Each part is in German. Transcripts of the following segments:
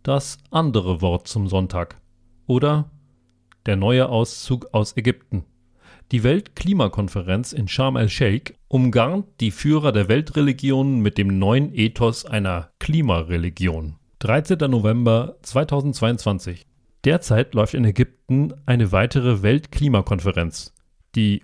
das andere Wort zum Sonntag oder der neue Auszug aus Ägypten. Die Weltklimakonferenz in Sharm el-Sheikh umgarnt die Führer der Weltreligionen mit dem neuen Ethos einer Klimareligion. 13. November 2022. Derzeit läuft in Ägypten eine weitere Weltklimakonferenz, die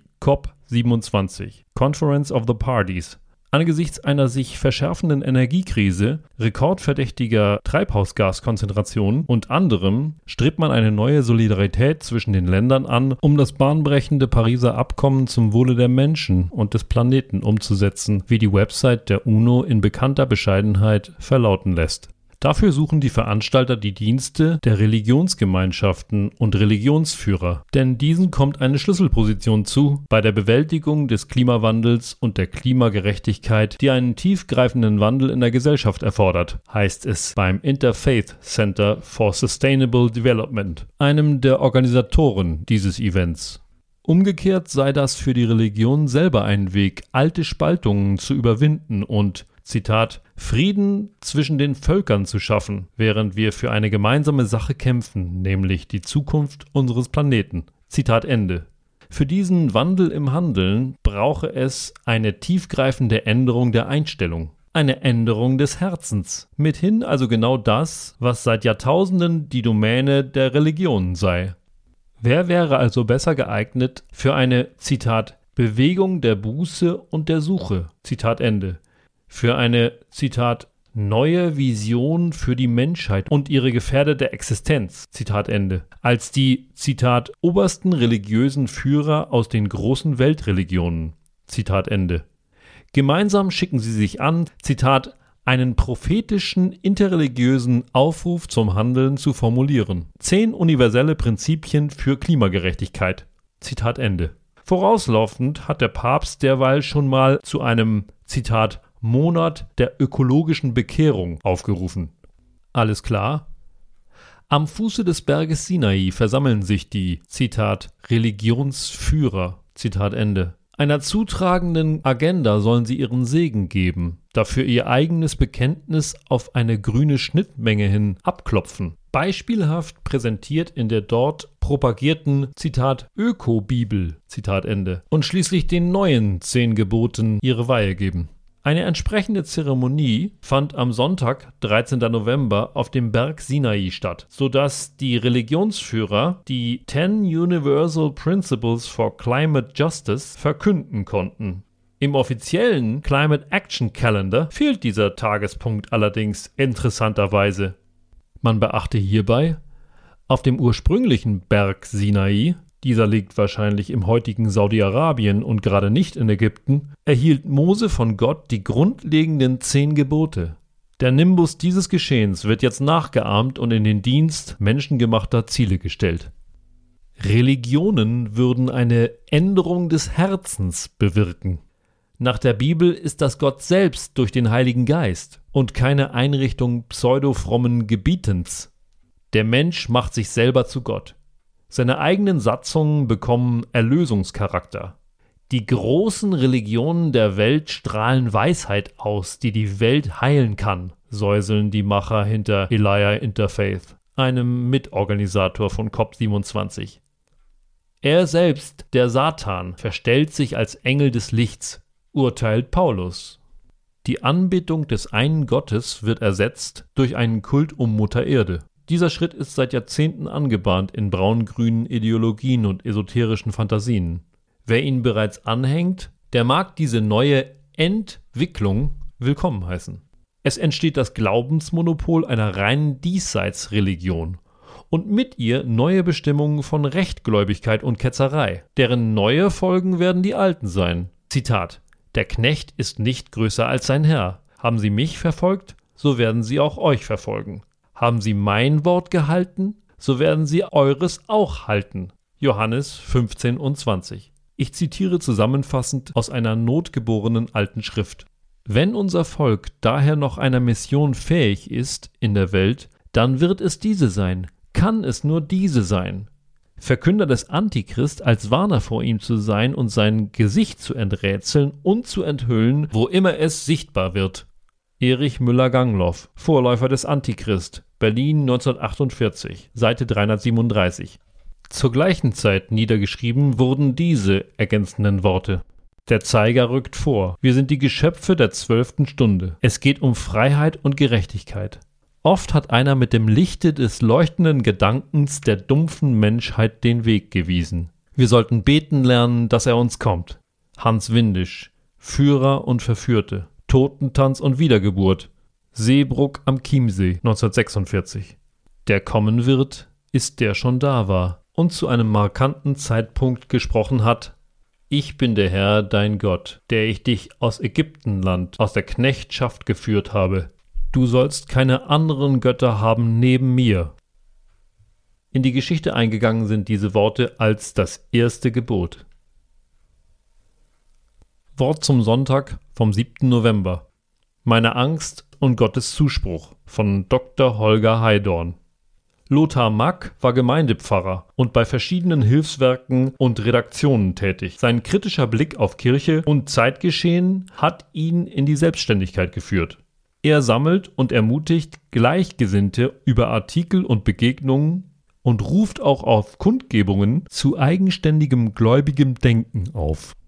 COP27, Conference of the Parties. Angesichts einer sich verschärfenden Energiekrise, rekordverdächtiger Treibhausgaskonzentrationen und anderem strebt man eine neue Solidarität zwischen den Ländern an, um das bahnbrechende Pariser Abkommen zum Wohle der Menschen und des Planeten umzusetzen, wie die Website der UNO in bekannter Bescheidenheit verlauten lässt. Dafür suchen die Veranstalter die Dienste der Religionsgemeinschaften und Religionsführer, denn diesen kommt eine Schlüsselposition zu bei der Bewältigung des Klimawandels und der Klimagerechtigkeit, die einen tiefgreifenden Wandel in der Gesellschaft erfordert, heißt es beim Interfaith Center for Sustainable Development, einem der Organisatoren dieses Events. Umgekehrt sei das für die Religion selber ein Weg, alte Spaltungen zu überwinden und Zitat, Frieden zwischen den Völkern zu schaffen, während wir für eine gemeinsame Sache kämpfen, nämlich die Zukunft unseres Planeten. Zitat Ende. Für diesen Wandel im Handeln brauche es eine tiefgreifende Änderung der Einstellung, eine Änderung des Herzens, mithin also genau das, was seit Jahrtausenden die Domäne der Religionen sei. Wer wäre also besser geeignet für eine, Zitat, Bewegung der Buße und der Suche, Zitat Ende, für eine, Zitat, neue Vision für die Menschheit und ihre gefährdete Existenz, Zitat Ende, als die, Zitat, obersten religiösen Führer aus den großen Weltreligionen, Zitat Ende. Gemeinsam schicken sie sich an, Zitat, einen prophetischen, interreligiösen Aufruf zum Handeln zu formulieren. 10 universelle Prinzipien für Klimagerechtigkeit, Zitat Ende. Vorauslaufend hat der Papst derweil schon mal zu einem, Zitat, Monat der ökologischen Bekehrung aufgerufen. Alles klar? Am Fuße des Berges Sinai versammeln sich die, Zitat, Religionsführer, Zitat Ende. Einer zutragenden Agenda sollen sie ihren Segen geben, dafür ihr eigenes Bekenntnis auf eine grüne Schnittmenge hin abklopfen. Beispielhaft präsentiert in der dort propagierten, Zitat, Öko-Bibel, Zitat Ende, und schließlich den neuen 10 Geboten ihre Weihe geben. Eine entsprechende Zeremonie fand am Sonntag, 13. November, auf dem Berg Sinai statt, sodass die Religionsführer die 10 Universal Principles for Climate Justice verkünden konnten. Im offiziellen Climate Action Calendar fehlt dieser Tagespunkt allerdings interessanterweise. Man beachte hierbei, auf dem ursprünglichen Berg Sinai, dieser liegt wahrscheinlich im heutigen Saudi-Arabien und gerade nicht in Ägypten, erhielt Mose von Gott die grundlegenden 10 Gebote. Der Nimbus dieses Geschehens wird jetzt nachgeahmt und in den Dienst menschengemachter Ziele gestellt. Religionen würden eine Änderung des Herzens bewirken. Nach der Bibel ist das Gott selbst durch den Heiligen Geist und keine Einrichtung pseudo-frommen Gebietens. Der Mensch macht sich selber zu Gott. Seine eigenen Satzungen bekommen Erlösungscharakter. Die großen Religionen der Welt strahlen Weisheit aus, die die Welt heilen kann, säuseln die Macher hinter Elia Interfaith, einem Mitorganisator von COP27. Er selbst, der Satan, verstellt sich als Engel des Lichts, urteilt Paulus. Die Anbetung des einen Gottes wird ersetzt durch einen Kult um Mutter Erde. Dieser Schritt ist seit Jahrzehnten angebahnt in braun-grünen Ideologien und esoterischen Fantasien. Wer ihnen bereits anhängt, der mag diese neue Entwicklung willkommen heißen. Es entsteht das Glaubensmonopol einer reinen Diesseitsreligion und mit ihr neue Bestimmungen von Rechtgläubigkeit und Ketzerei. Deren neue Folgen werden die alten sein. Zitat: Der Knecht ist nicht größer als sein Herr. Haben Sie mich verfolgt, so werden sie auch euch verfolgen. Haben sie mein Wort gehalten, so werden sie eures auch halten. Johannes 15 und 20. Ich zitiere zusammenfassend aus einer notgeborenen alten Schrift. Wenn unser Volk daher noch einer Mission fähig ist in der Welt, dann wird es diese sein, kann es nur diese sein. Verkünder des Antichrist als Warner vor ihm zu sein und sein Gesicht zu enträtseln und zu enthüllen, wo immer es sichtbar wird. Erich Müller-Gangloff, Vorläufer des Antichrist, Berlin 1948, Seite 337. Zur gleichen Zeit niedergeschrieben wurden diese ergänzenden Worte: Der Zeiger rückt vor. Wir sind die Geschöpfe der 12. Stunde. Es geht um Freiheit und Gerechtigkeit. Oft hat einer mit dem Lichte des leuchtenden Gedankens der dumpfen Menschheit den Weg gewiesen. Wir sollten beten lernen, dass er uns kommt. Hans Windisch, Führer und Verführte, Totentanz und Wiedergeburt, Seebruck am Chiemsee 1946. Der kommen wird, ist der schon da war und zu einem markanten Zeitpunkt gesprochen hat: Ich bin der Herr, dein Gott, der ich dich aus Ägyptenland, aus der Knechtschaft geführt habe. Du sollst keine anderen Götter haben neben mir. In die Geschichte eingegangen sind diese Worte als das erste Gebot. Wort zum Sonntag vom 7. November. Meine Angst und Gottes Zuspruch von Dr. Holger Heidorn. Lothar Mack war Gemeindepfarrer und bei verschiedenen Hilfswerken und Redaktionen tätig. Sein kritischer Blick auf Kirche und Zeitgeschehen hat ihn in die Selbstständigkeit geführt. Er sammelt und ermutigt Gleichgesinnte über Artikel und Begegnungen und ruft auch auf Kundgebungen zu eigenständigem gläubigem Denken auf.